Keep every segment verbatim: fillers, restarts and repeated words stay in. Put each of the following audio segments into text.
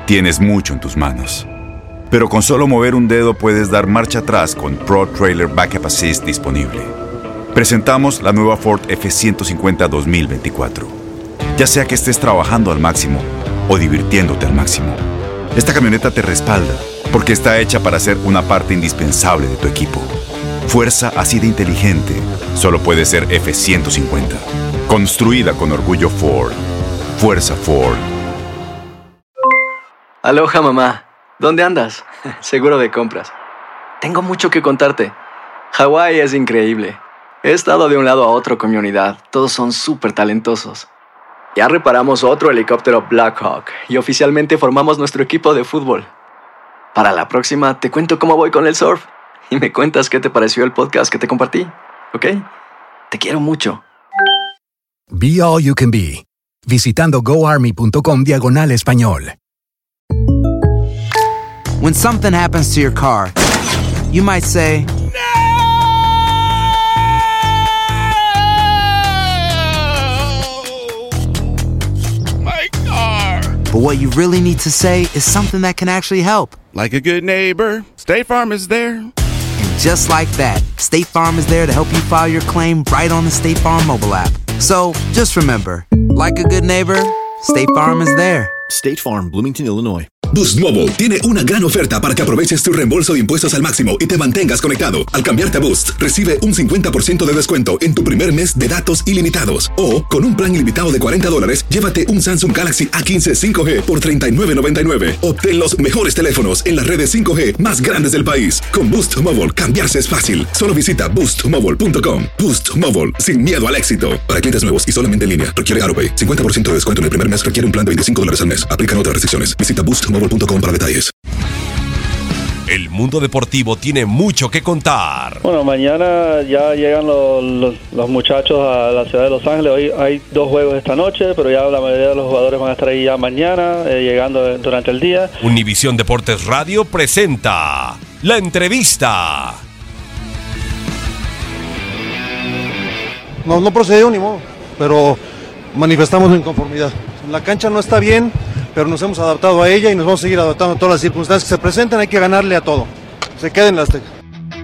Tienes mucho en tus manos. Pero con solo mover un dedo puedes dar marcha atrás con Pro Trailer Backup Assist disponible. Presentamos la nueva Ford F ciento cincuenta dos mil veinticuatro. Ya sea que estés trabajando al máximo o divirtiéndote al máximo, esta camioneta te respalda porque está hecha para ser una parte indispensable de tu equipo. Fuerza así de inteligente solo puede ser F ciento cincuenta. Construida con orgullo Ford. Fuerza Ford. Aloha, mamá. ¿Dónde andas? Seguro de compras. Tengo mucho que contarte. Hawái es increíble. He estado de un lado a otro con mi unidad. Todos son súper talentosos. Ya reparamos otro helicóptero Blackhawk y oficialmente formamos nuestro equipo de fútbol. Para la próxima te cuento cómo voy con el surf y me cuentas qué te pareció el podcast que te compartí, ¿ok? Te quiero mucho. Be All You Can Be. Visitando goarmy.com diagonal español. When something happens to your car, you might say, My car! but what you really need to say is something that can actually help. Like a good neighbor, State Farm is there. And just like that, State Farm is there to help you file your claim right on the State Farm mobile app. So, just remember, like a good neighbor, State Farm is there. State Farm, Bloomington, Illinois. Boost Mobile tiene una gran oferta para que aproveches tu reembolso de impuestos al máximo y te mantengas conectado. Al cambiarte a Boost, recibe un cincuenta por ciento de descuento en tu primer mes de datos ilimitados. O, con un plan ilimitado de cuarenta dólares, llévate un Samsung Galaxy A quince cinco G por treinta y nueve noventa y nueve. Obtén los mejores teléfonos en las redes cinco G más grandes del país. Con Boost Mobile, cambiarse es fácil. Solo visita boost mobile punto com. Boost Mobile, sin miedo al éxito. Para clientes nuevos y solamente en línea, requiere AutoPay. cincuenta por ciento de descuento en el primer mes, requiere un plan de veinticinco dólares al mes. Aplican otras restricciones. Visita boost mobile punto com para detalles. El mundo deportivo tiene mucho que contar. Bueno, mañana ya llegan los, los, los muchachos a la ciudad de Los Ángeles. Hoy hay dos juegos esta noche, pero ya la mayoría de los jugadores van a estar ahí ya mañana, eh, llegando durante el día. Univisión Deportes Radio presenta La Entrevista. No, no procedió ni modo, pero manifestamos inconformidad. La cancha no está bien, pero nos hemos adaptado a ella y nos vamos a seguir adaptando a todas las circunstancias que se presentan. Hay que ganarle a todo. Se queden las Azteca.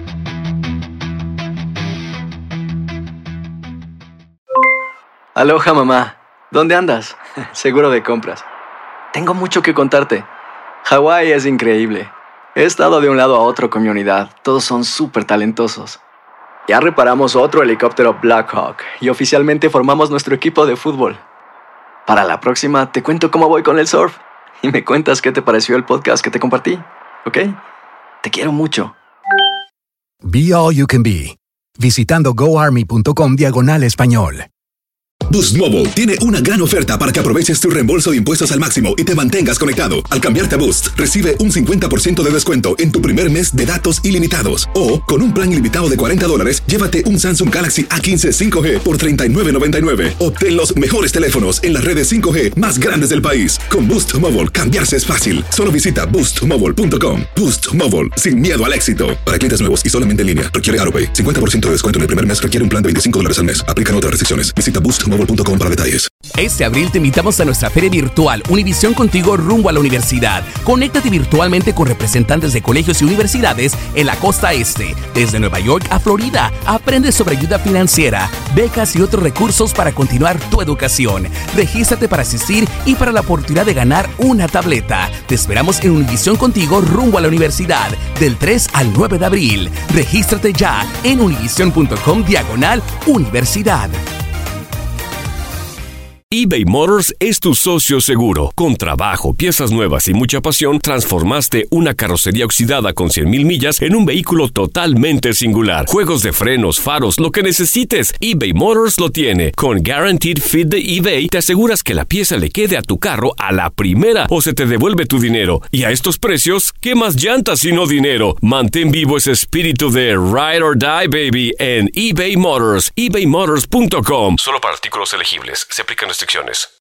Aloha, mamá. ¿Dónde andas? Seguro de compras. Tengo mucho que contarte. Hawái es increíble. He estado de un lado a otro con mi unidad. Todos son súper talentosos. Ya reparamos otro helicóptero Blackhawk y oficialmente formamos nuestro equipo de fútbol. Para la próxima te cuento cómo voy con el surf y me cuentas qué te pareció el podcast que te compartí, ¿ok? Te quiero mucho. Be All You Can Be. Visitando goarmy.com diagonal español. Boost Mobile tiene una gran oferta para que aproveches tu reembolso de impuestos al máximo y te mantengas conectado. Al cambiarte a Boost, recibe un cincuenta por ciento de descuento en tu primer mes de datos ilimitados. O, con un plan ilimitado de cuarenta dólares, llévate un Samsung Galaxy A quince cinco G por treinta y nueve noventa y nueve. Obtén los mejores teléfonos en las redes cinco G más grandes del país. Con Boost Mobile, cambiarse es fácil. Solo visita boost mobile punto com. Boost Mobile, sin miedo al éxito. Para clientes nuevos y solamente en línea, requiere AutoPay. cincuenta por ciento de descuento en el primer mes, requiere un plan de veinticinco dólares al mes. Aplican otras restricciones. Visita boost mobile punto com para detalles. Este abril te invitamos a nuestra feria virtual Univisión Contigo rumbo a la universidad. Conéctate virtualmente con representantes de colegios y universidades en la costa este, desde Nueva York a Florida. Aprende sobre ayuda financiera, becas y otros recursos para continuar tu educación. Regístrate para asistir y para la oportunidad de ganar una tableta. Te esperamos en Univisión Contigo rumbo a la universidad del tres al nueve de abril. Regístrate ya en univision.com diagonal universidad. eBay Motors es tu socio seguro. Con trabajo, piezas nuevas y mucha pasión, transformaste una carrocería oxidada con cien mil millas en un vehículo totalmente singular. Juegos de frenos, faros, lo que necesites, eBay Motors lo tiene. Con Guaranteed Fit de eBay, te aseguras que la pieza le quede a tu carro a la primera o se te devuelve tu dinero. Y a estos precios, ¿qué más llantas y no dinero? Mantén vivo ese espíritu de Ride or Die, baby, en eBay Motors. ebay motors punto com. Solo para artículos elegibles. Se aplican restricciones.